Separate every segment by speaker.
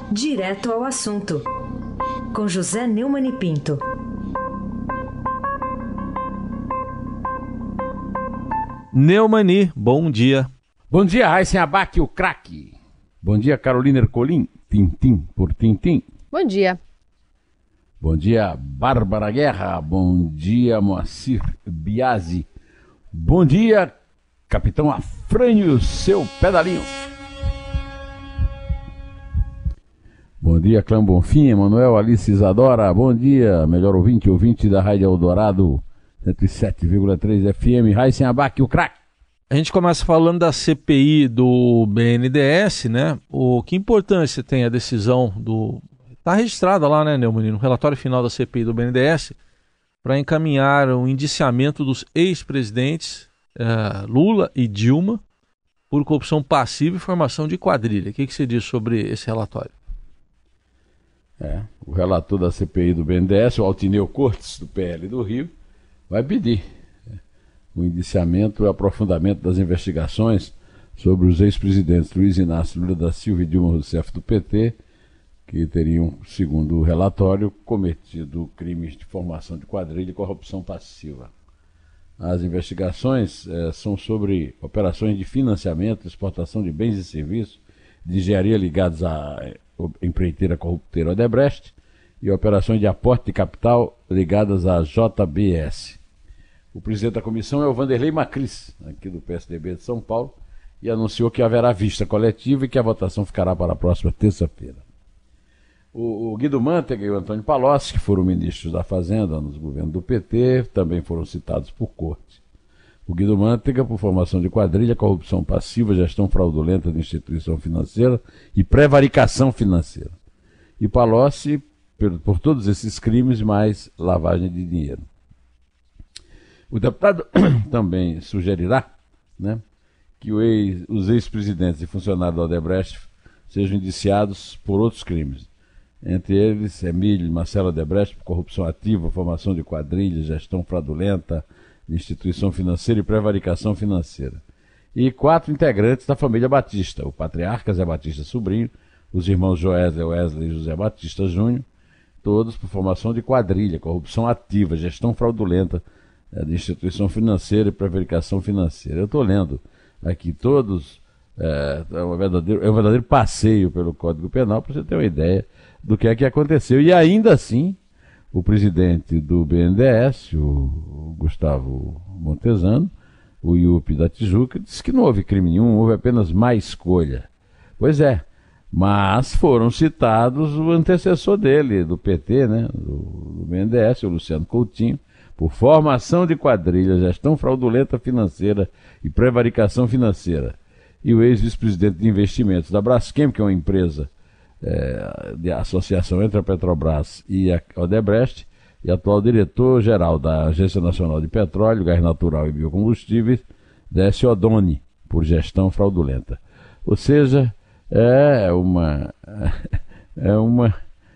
Speaker 1: Direto ao assunto, com José Neumann e Pinto.
Speaker 2: Neumani, bom dia.
Speaker 3: Bom dia, Raíssen Abac, o craque. Bom dia, Carolina Ercolim, tintim por tintim.
Speaker 4: Bom dia.
Speaker 3: Bom dia, Bárbara Guerra. Bom dia, Moacir Biasi. Bom dia, Capitão Afrânio, seu pedalinho. Bom dia, Clã Bonfim, Emanuel, Alice Isadora. Bom dia, melhor ouvinte da Rádio Eldorado 107,3 FM. Raíssen Abac, o craque.
Speaker 2: A gente começa falando da CPI do BNDES, né? Que importância tem a decisão do... Está registrada lá, né, Neumann, no relatório final da CPI do BNDES, para encaminhar o indiciamento dos ex-presidentes Lula e Dilma por corrupção passiva e formação de quadrilha. O que você diz sobre esse relatório?
Speaker 3: O relator da CPI do BNDES, o Altineu Cortes, do PL do Rio, vai pedir o indiciamento e o aprofundamento das investigações sobre os ex-presidentes Luiz Inácio Lula da Silva e Dilma Rousseff do PT, que teriam, segundo o relatório, cometido crimes de formação de quadrilha e corrupção passiva. As investigações são sobre operações de financiamento, exportação de bens e serviços, de engenharia ligados à empreiteira corrupteira Odebrecht e operações de aporte de capital ligadas à JBS. O presidente da comissão é o Vanderlei Macris, aqui do PSDB de São Paulo, e anunciou que haverá vista coletiva e que a votação ficará para a próxima terça-feira. O Guido Mantega e o Antônio Palocci, que foram ministros da Fazenda nos governos do PT, também foram citados por corte. O Guido Mantega por formação de quadrilha, corrupção passiva, gestão fraudulenta de instituição financeira e prevaricação financeira. E Palocci por todos esses crimes, mais lavagem de dinheiro. O deputado também sugerirá, né, que os ex-presidentes e funcionários da Odebrecht sejam indiciados por outros crimes. Entre eles, Emílio e Marcelo Odebrecht por corrupção ativa, formação de quadrilha, gestão fraudulenta de instituição financeira e prevaricação financeira. E 4 integrantes da família Batista, o patriarca Zé Batista Sobrinho, os irmãos Joésley, Wesley e José Batista Júnior, todos por formação de quadrilha, corrupção ativa, gestão fraudulenta de instituição financeira e prevaricação financeira. Eu estou lendo aqui todos, é um verdadeiro passeio pelo Código Penal para você ter uma ideia do que é que aconteceu. E ainda assim, o presidente do BNDES, o Gustavo Montezano, o IUP da Tijuca, disse que não houve crime nenhum, houve apenas má escolha. Pois é, mas foram citados o antecessor dele, do PT, né, do BNDES, o Luciano Coutinho, por formação de quadrilha, gestão fraudulenta financeira e prevaricação financeira. E o ex-vice-presidente de investimentos da Braskem, que é uma empresa de associação entre a Petrobras e a Odebrecht, e atual diretor-geral da Agência Nacional de Petróleo, Gás Natural e Biocombustíveis, Décio Odoni, por gestão fraudulenta. Ou seja, é uma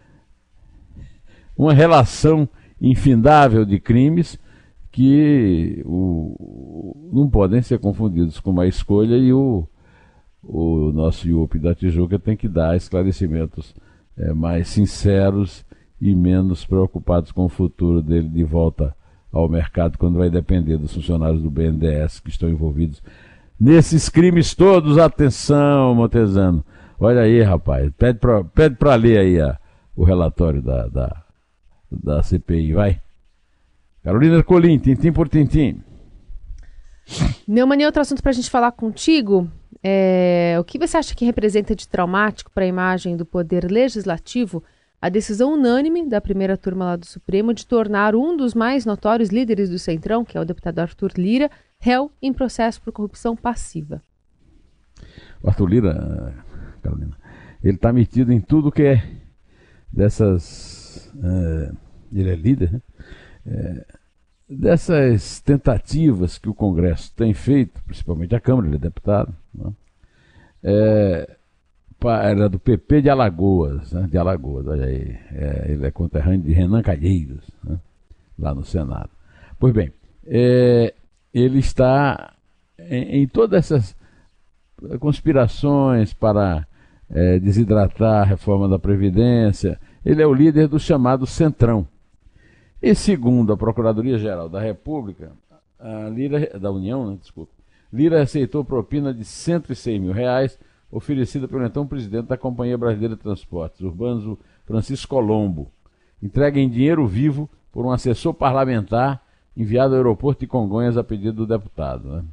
Speaker 3: relação infindável de crimes que não podem ser confundidos com uma escolha, e o nosso IUP da Tijuca tem que dar esclarecimentos mais sinceros e menos preocupados com o futuro dele de volta ao mercado, quando vai depender dos funcionários do BNDES que estão envolvidos nesses crimes todos. Atenção, Montezano. Olha aí, rapaz. Pede para ler aí o relatório da CPI, vai. Carolina Ercolim, tintim por tintim.
Speaker 4: Neumann, outro assunto para a gente falar contigo. O que você acha que representa de traumático para a imagem do Poder Legislativo a decisão unânime da primeira turma lá do Supremo de tornar um dos mais notórios líderes do Centrão, que é o deputado Arthur Lira, réu em processo por corrupção passiva?
Speaker 3: O Arthur Lira, Carolina, ele está metido em tudo que é dessas... ele é líder, né? Dessas tentativas que o Congresso tem feito, principalmente a Câmara, ele é deputado, né? Era do PP de Alagoas, né? De Alagoas, olha aí, ele é conterrâneo de Renan Calheiros, né? Lá no Senado. Pois bem, ele está em todas essas conspirações para desidratar a reforma da Previdência. Ele é o líder do chamado Centrão. E segundo a Procuradoria-Geral da República, da União, né, desculpa, Lira aceitou propina de R$106 mil oferecida pelo então presidente da Companhia Brasileira de Transportes Urbanos, o Francisco Colombo, entregue em dinheiro vivo por um assessor parlamentar enviado ao aeroporto de Congonhas a pedido do deputado. Né?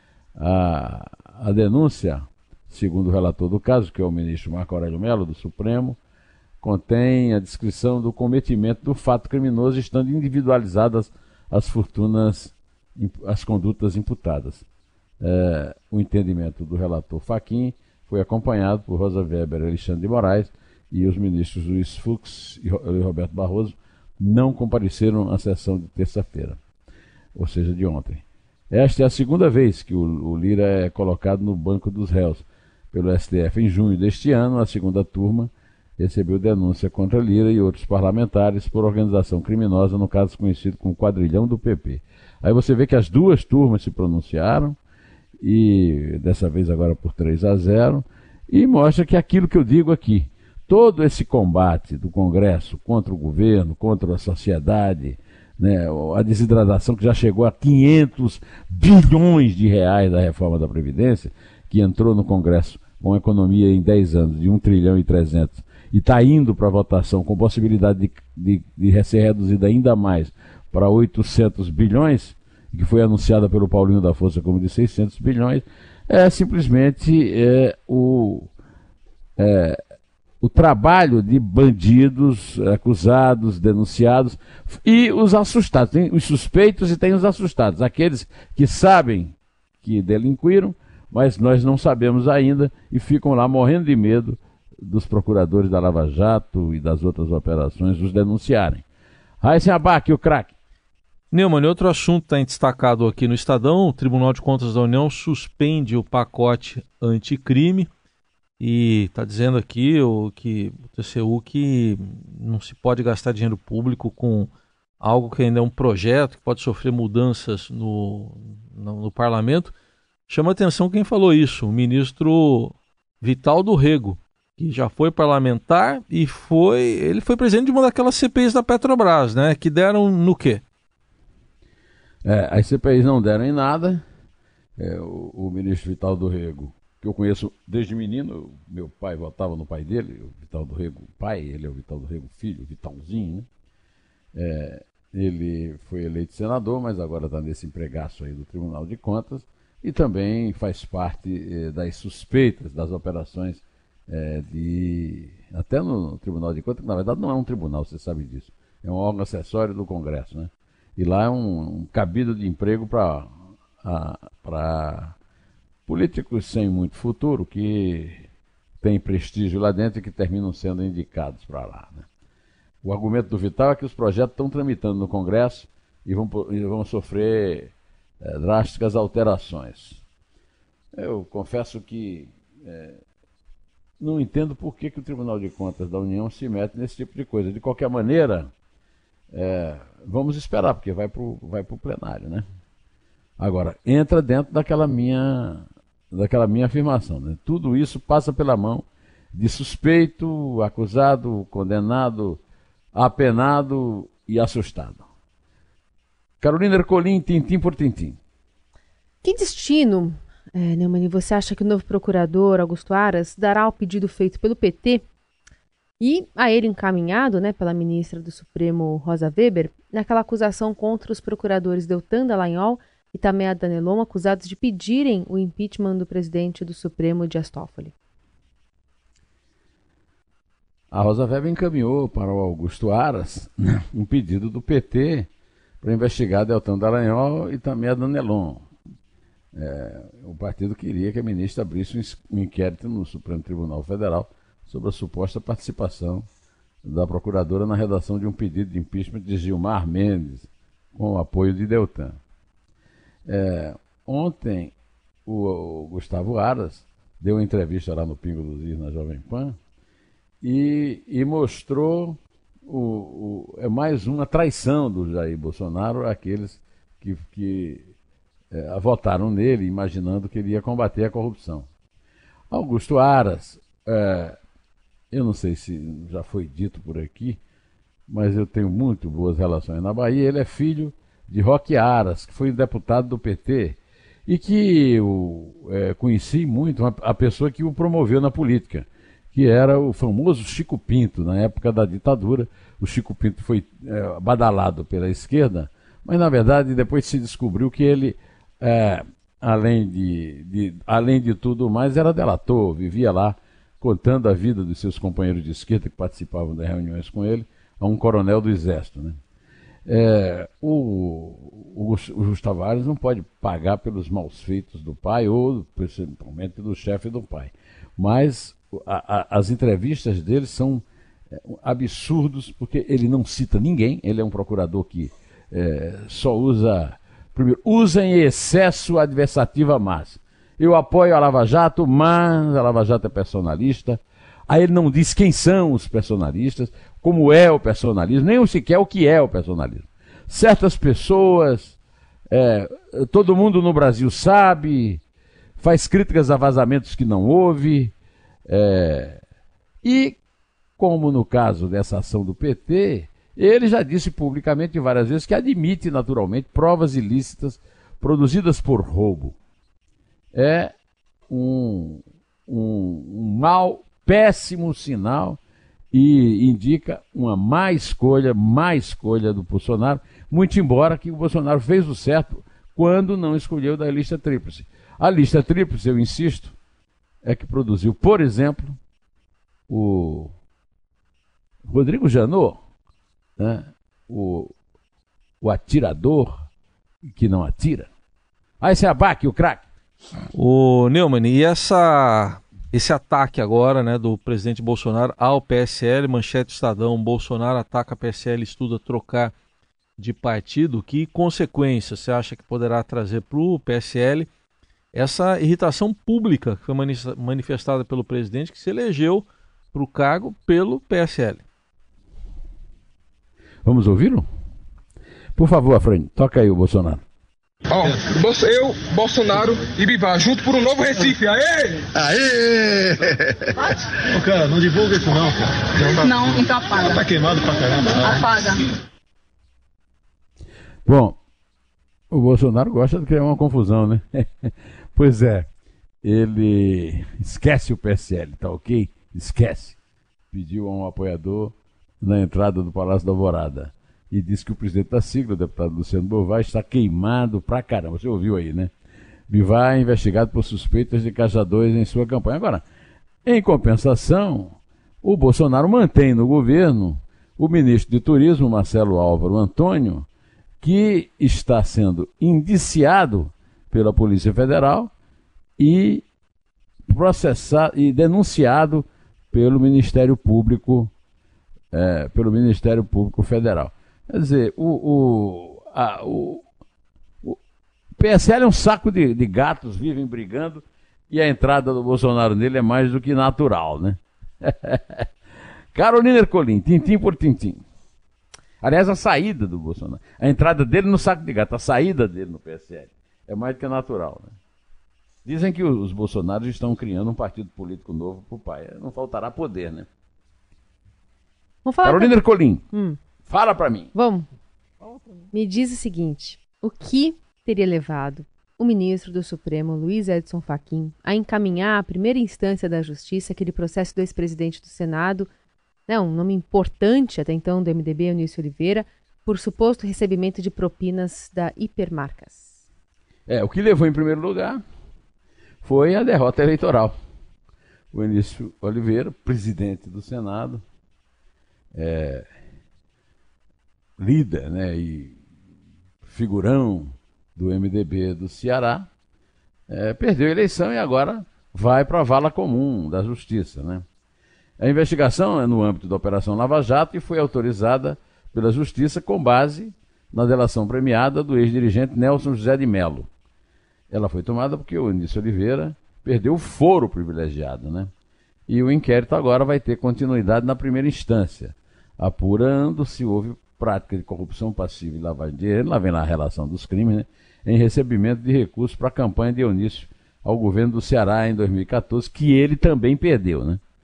Speaker 3: A denúncia, segundo o relator do caso, que é o ministro Marco Aurélio Mello, do Supremo, contém a descrição do cometimento do fato criminoso, estando individualizadas as fortunas, as condutas imputadas. O entendimento do relator Fachin foi acompanhado por Rosa Weber e Alexandre de Moraes, e os ministros Luiz Fux e Roberto Barroso não compareceram à sessão de terça-feira, ou seja, de ontem. Esta é a segunda vez que o Lira é colocado no banco dos réus pelo STF. Em junho deste ano, a segunda turma recebeu denúncia contra Lira e outros parlamentares por organização criminosa, no caso conhecido como Quadrilhão do PP. Aí você vê que as duas turmas se pronunciaram, e dessa vez agora por 3-0, e mostra que aquilo que eu digo aqui, todo esse combate do Congresso contra o governo, contra a sociedade, né, a desidratação que já chegou a 500 bilhões de reais da reforma da Previdência, que entrou no Congresso com economia em 10 anos de 1 trilhão e 300, e está indo para votação com possibilidade de ser reduzida ainda mais para 800 bilhões, que foi anunciada pelo Paulinho da Força como de 600 bilhões, simplesmente o trabalho de bandidos, acusados, denunciados, e os assustados. Tem os suspeitos e tem os assustados, aqueles que sabem que delinquiram, mas nós não sabemos ainda, e ficam lá morrendo de medo dos procuradores da Lava Jato e das outras operações os denunciarem. Raíssen Abac, o craque.
Speaker 2: Neumann, outro assunto está destacado aqui no Estadão: o Tribunal de Contas da União suspende o pacote anticrime e está dizendo aqui que o TCU que não se pode gastar dinheiro público com algo que ainda é um projeto, que pode sofrer mudanças no parlamento. Chama atenção quem falou isso, o ministro Vital do Rego, que já foi parlamentar e ele foi presidente de uma daquelas CPIs da Petrobras, né? Que deram no quê?
Speaker 3: As CPIs não deram em nada. O ministro Vital do Rego, que eu conheço desde menino, meu pai votava no pai dele, o Vital do Rego pai, ele é o Vital do Rego filho, o Vitalzinho, né? Ele foi eleito senador, mas agora está nesse empregaço aí do Tribunal de Contas, e também faz parte das suspeitas das operações até no Tribunal de Contas, que na verdade não é um tribunal, você sabe disso, é um órgão acessório do Congresso, né? E lá é um cabido de emprego para políticos sem muito futuro, que têm prestígio lá dentro e que terminam sendo indicados para lá, né? O argumento do Vital é que os projetos estão tramitando no Congresso e vão sofrer drásticas alterações. Eu confesso que não entendo por que o Tribunal de Contas da União se mete nesse tipo de coisa. De qualquer maneira, vamos esperar, porque vai pro plenário, né? Agora, entra dentro daquela minha afirmação, né? Tudo isso passa pela mão de suspeito, acusado, condenado, apenado e assustado. Carolina Ercolim, tintim por tintim.
Speaker 4: Que destino, Neumann, você acha que o novo procurador, Augusto Aras, dará ao pedido feito pelo PT e a ele encaminhado, né, pela ministra do Supremo, Rosa Weber, naquela acusação contra os procuradores Deltan Dallagnol e Tamea Danelon, acusados de pedirem o impeachment do presidente do Supremo, Dias Toffoli?
Speaker 3: A Rosa Weber encaminhou para o Augusto Aras um pedido do PT para investigar Deltan Dallagnol e Tamea Danelon. O partido queria que a ministra abrisse um inquérito no Supremo Tribunal Federal sobre a suposta participação da procuradora na redação de um pedido de impeachment de Gilmar Mendes, com o apoio de Deltan. Ontem, o Gustavo Aras deu uma entrevista lá no Pingo dos Is, na Jovem Pan, e mostrou mais uma traição do Jair Bolsonaro àqueles que votaram nele, imaginando que ele ia combater a corrupção. Augusto Aras eu não sei se já foi dito por aqui, mas eu tenho muito boas relações na Bahia. Ele é filho de Roque Aras, que foi deputado do PT, e que eu conheci muito a pessoa que o promoveu na política, que era o famoso Chico Pinto. Na época da ditadura, o Chico Pinto foi badalado pela esquerda, mas na verdade depois se descobriu que ele, além de tudo mais, era delator, vivia lá contando a vida dos seus companheiros de esquerda que participavam das reuniões com ele, a um coronel do Exército, né? O Gustavo Aras não pode pagar pelos maus feitos do pai, ou principalmente do chefe do pai, mas as entrevistas dele são absurdos, porque ele não cita ninguém. Ele é um procurador que só usa em excesso a adversativa máxima. Eu apoio a Lava Jato, mas a Lava Jato é personalista. Aí ele não diz quem são os personalistas, como é o personalismo, nem sequer o que é o personalismo. Certas pessoas, todo mundo no Brasil sabe, faz críticas a vazamentos que não houve, e, como no caso dessa ação do PT, ele já disse publicamente várias vezes que admite naturalmente provas ilícitas produzidas por roubo. É um péssimo sinal, e indica uma má escolha do Bolsonaro, muito embora que o Bolsonaro fez o certo quando não escolheu da lista tríplice. A lista tríplice, eu insisto, é que produziu, por exemplo, o Rodrigo Janot, né? o atirador que não atira. Esse é abaque, o craque.
Speaker 2: O Neumann, e esse ataque agora, né, do presidente Bolsonaro ao PSL, manchete Estadão: Bolsonaro ataca PSL, estuda trocar de partido. Que consequência você acha que poderá trazer para o PSL essa irritação pública que foi manifestada pelo presidente, que se elegeu para o cargo pelo PSL?
Speaker 3: Vamos ouvi-lo? Por favor, Afrânio, toca aí o Bolsonaro.
Speaker 5: Eu, Bolsonaro e Bivar, junto por um novo Recife. Aê!
Speaker 6: Aê!
Speaker 7: Ô, cara, não divulga isso não, cara.
Speaker 6: Não, então apaga.
Speaker 7: Tá queimado pra caramba.
Speaker 6: Apaga.
Speaker 3: Bom, o Bolsonaro gosta de criar uma confusão, né? Pois é, ele esquece o PSL, tá ok? Esquece. Pediu a um apoiador na entrada do Palácio da Alvorada e disse que o presidente da sigla, o deputado Luciano Bivar, está queimado pra caramba. Você ouviu aí, né? Bivar é investigado por suspeitas de cajadores em sua campanha. Agora, em compensação, o Bolsonaro mantém no governo o ministro de Turismo, Marcelo Álvaro Antônio, que está sendo indiciado pela Polícia Federal e processado e denunciado pelo Ministério Público, Federal. Quer dizer, o PSL é um saco de gatos, vivem brigando, e a entrada do Bolsonaro nele é mais do que natural, né? Carolina Ercolim, tintim por tintim. Aliás, a saída do Bolsonaro, a entrada dele no saco de gato, a saída dele no PSL é mais do que natural, né? Dizem que os Bolsonaros estão criando um partido político novo para o pai. Não faltará poder, né? Carolina Ercolim, fala para mim.
Speaker 4: Vamos. Me diz o seguinte: o que teria levado o ministro do Supremo, Luiz Edson Fachin, a encaminhar à primeira instância da Justiça aquele processo do ex-presidente do Senado, né, um nome importante até então do MDB, Eunício Oliveira, por suposto recebimento de propinas da Hipermarcas?
Speaker 3: O que levou em primeiro lugar foi a derrota eleitoral. O Eunício Oliveira, presidente do Senado, líder, né, e figurão do MDB do Ceará, perdeu a eleição e agora vai para a vala comum da Justiça, né? A investigação é no âmbito da Operação Lava Jato e foi autorizada pela Justiça com base na delação premiada do ex-dirigente Nelson José de Mello. Ela foi tomada porque o Eunício Oliveira perdeu o foro privilegiado, né? E o inquérito agora vai ter continuidade na primeira instância, apurando se houve prática de corrupção passiva e lavagem de dinheiro, lá vem lá a relação dos crimes, né, em recebimento de recursos para a campanha de Eunício ao governo do Ceará em 2014, que ele também perdeu, né?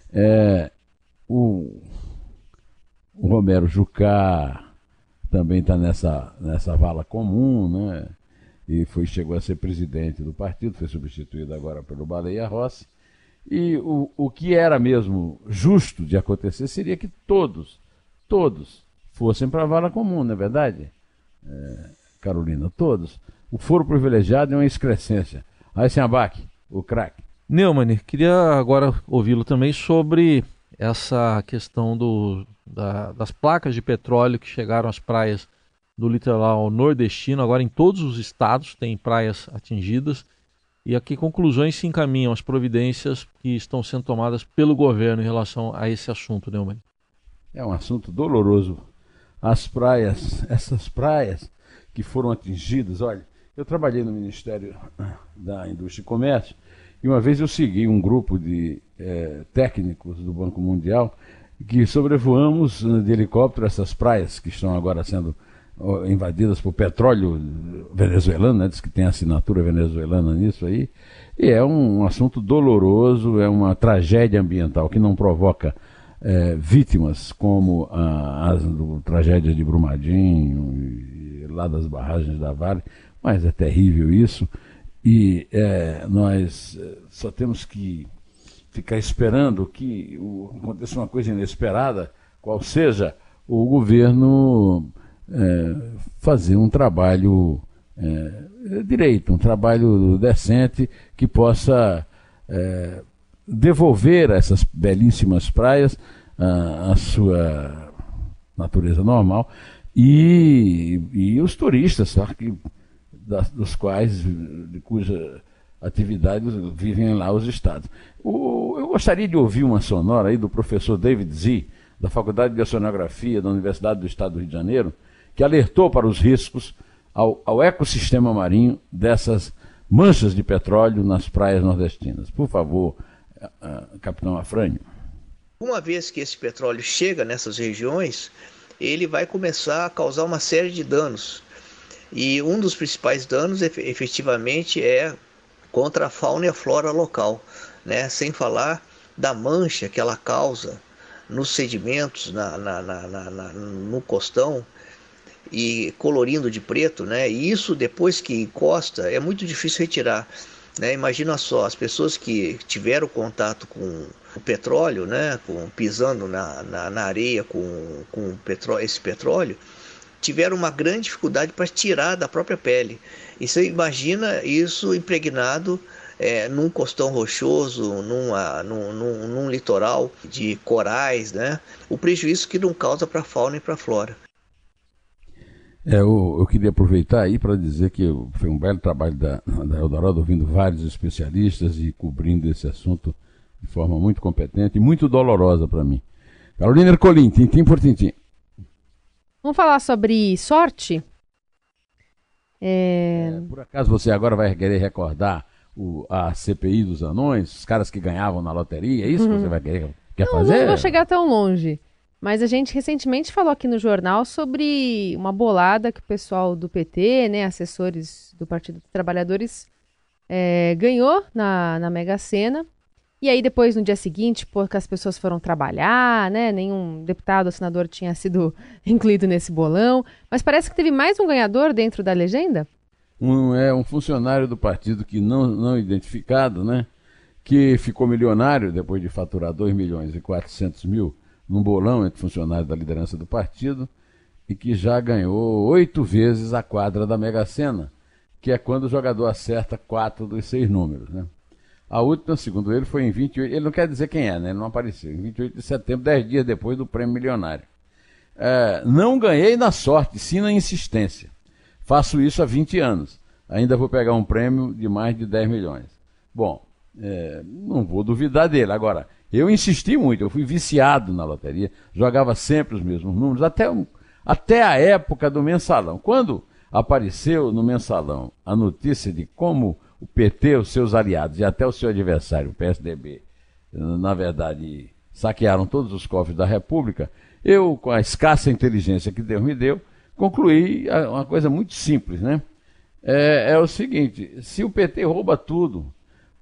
Speaker 3: O Romero Jucá também está nessa vala comum, né? E chegou a ser presidente do partido, foi substituído agora pelo Baleia Rossi. E o que era mesmo justo de acontecer seria que todos fossem para a vala comum, não é verdade, Carolina? Todos. O foro privilegiado é uma excrescência. Raíssen Abac, o craque.
Speaker 2: Neumann, queria agora ouvi-lo também sobre essa questão das placas de petróleo que chegaram às praias do litoral nordestino. Agora em todos os estados tem praias atingidas. E a que conclusões se encaminham as providências que estão sendo tomadas pelo governo em relação a esse assunto, Neumann?
Speaker 3: É um assunto doloroso. Essas praias que foram atingidas, olha, eu trabalhei no Ministério da Indústria e Comércio e uma vez eu segui um grupo de técnicos do Banco Mundial que sobrevoamos de helicóptero essas praias que estão agora sendo invadidas por petróleo venezuelano, né? Diz que tem assinatura venezuelana nisso aí, e é um assunto doloroso, é uma tragédia ambiental que não provoca vítimas como as tragédias de Brumadinho e lá das barragens da Vale, mas é terrível isso, e nós só temos que ficar esperando que aconteça uma coisa inesperada, qual seja o governo fazer um trabalho direito, um trabalho decente que possa devolver a essas belíssimas praias a sua natureza normal e os turistas, sabe, de cuja atividade vivem lá os estados. Eu gostaria de ouvir uma sonora aí do professor David Zee, da Faculdade de Oceanografia da Universidade do Estado do Rio de Janeiro, que alertou para os riscos ao ecossistema marinho dessas manchas de petróleo nas praias nordestinas. Por favor, capitão Afrânio.
Speaker 8: Uma vez que esse petróleo chega nessas regiões, ele vai começar a causar uma série de danos. E um dos principais danos, efetivamente, é contra a fauna e a flora local, né? Sem falar da mancha que ela causa nos sedimentos, no costão, e colorindo de preto, né? E isso, depois que encosta, é muito difícil retirar, né? Imagina só, as pessoas que tiveram contato com o petróleo, né? Pisando na areia com esse petróleo, tiveram uma grande dificuldade para tirar da própria pele. E você imagina isso impregnado num costão rochoso, num litoral de corais, né? O prejuízo que não causa para a fauna e para a flora.
Speaker 3: Eu queria aproveitar aí para dizer que foi um belo trabalho da Eldorado, ouvindo vários especialistas e cobrindo esse assunto de forma muito competente e muito dolorosa para mim. Carolina Ercolim, tintim por tintim.
Speaker 4: Vamos falar sobre sorte?
Speaker 3: Por acaso você agora vai querer recordar a CPI dos anões, os caras que ganhavam na loteria, é isso que você vai querer fazer?
Speaker 4: Não vou chegar tão longe. Mas a gente recentemente falou aqui no jornal sobre uma bolada que o pessoal do PT, né, assessores do Partido dos Trabalhadores, ganhou na Mega Sena. E aí depois, no dia seguinte, porque as pessoas foram trabalhar, né, nenhum deputado ou senador tinha sido incluído nesse bolão. Mas parece que teve mais um ganhador dentro da legenda?
Speaker 3: Um funcionário do partido que não identificado, né, que ficou milionário depois de faturar 2.400.000 num bolão entre funcionários da liderança do partido e que já ganhou 8 vezes a quadra da Mega Sena, que é quando o jogador acerta 4 dos 6 números, né? A última, segundo ele, foi em 28, ele não quer dizer quem é, né? Ele não apareceu, em 28 de setembro, 10 dias depois do prêmio milionário. Não ganhei na sorte, sim na insistência. Faço isso há 20 anos. Ainda vou pegar um prêmio de mais de 10 milhões. Bom, não vou duvidar dele. Agora, eu insisti muito, eu fui viciado na loteria, jogava sempre os mesmos números, até a época do mensalão. Quando apareceu no mensalão a notícia de como o PT, os seus aliados e até o seu adversário, o PSDB, na verdade, saquearam todos os cofres da República, eu, com a escassa inteligência que Deus me deu, concluí uma coisa muito simples, né? É o seguinte, se o PT rouba tudo,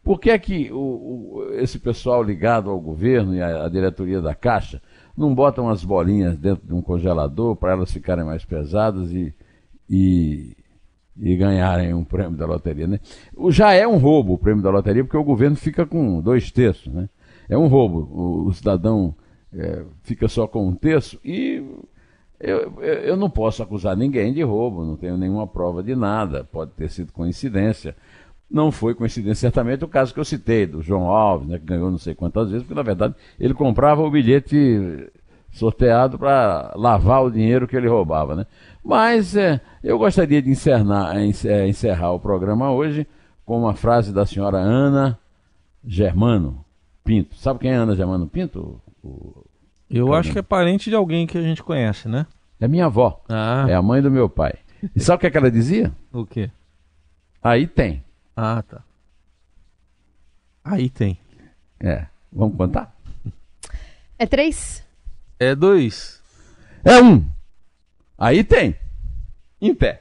Speaker 3: Por que é que esse pessoal ligado ao governo e à diretoria da Caixa não botam as bolinhas dentro de um congelador para elas ficarem mais pesadas e ganharem um prêmio da loteria, né? Já é um roubo o prêmio da loteria, porque o governo fica com 2/3, né? É um roubo. O cidadão fica só com 1/3 e eu não posso acusar ninguém de roubo, não tenho nenhuma prova de nada, pode ter sido coincidência. Não foi coincidência, certamente, o caso que eu citei, do João Alves, né, que ganhou não sei quantas vezes, porque, na verdade, ele comprava o bilhete sorteado para lavar o dinheiro que ele roubava, né? Mas eu gostaria de encerrar o programa hoje com uma frase da senhora Ana Germano Pinto. Sabe quem é Ana Germano Pinto?
Speaker 2: Eu acho que é parente de alguém que a gente conhece, né?
Speaker 3: É minha avó. É a mãe do meu pai. E sabe o que é que ela dizia?
Speaker 2: O quê?
Speaker 3: Aí tem.
Speaker 2: Ah, tá. Aí tem.
Speaker 3: Vamos contar?
Speaker 4: É 3?
Speaker 2: É 2.
Speaker 3: É 1. Aí tem. Em pé.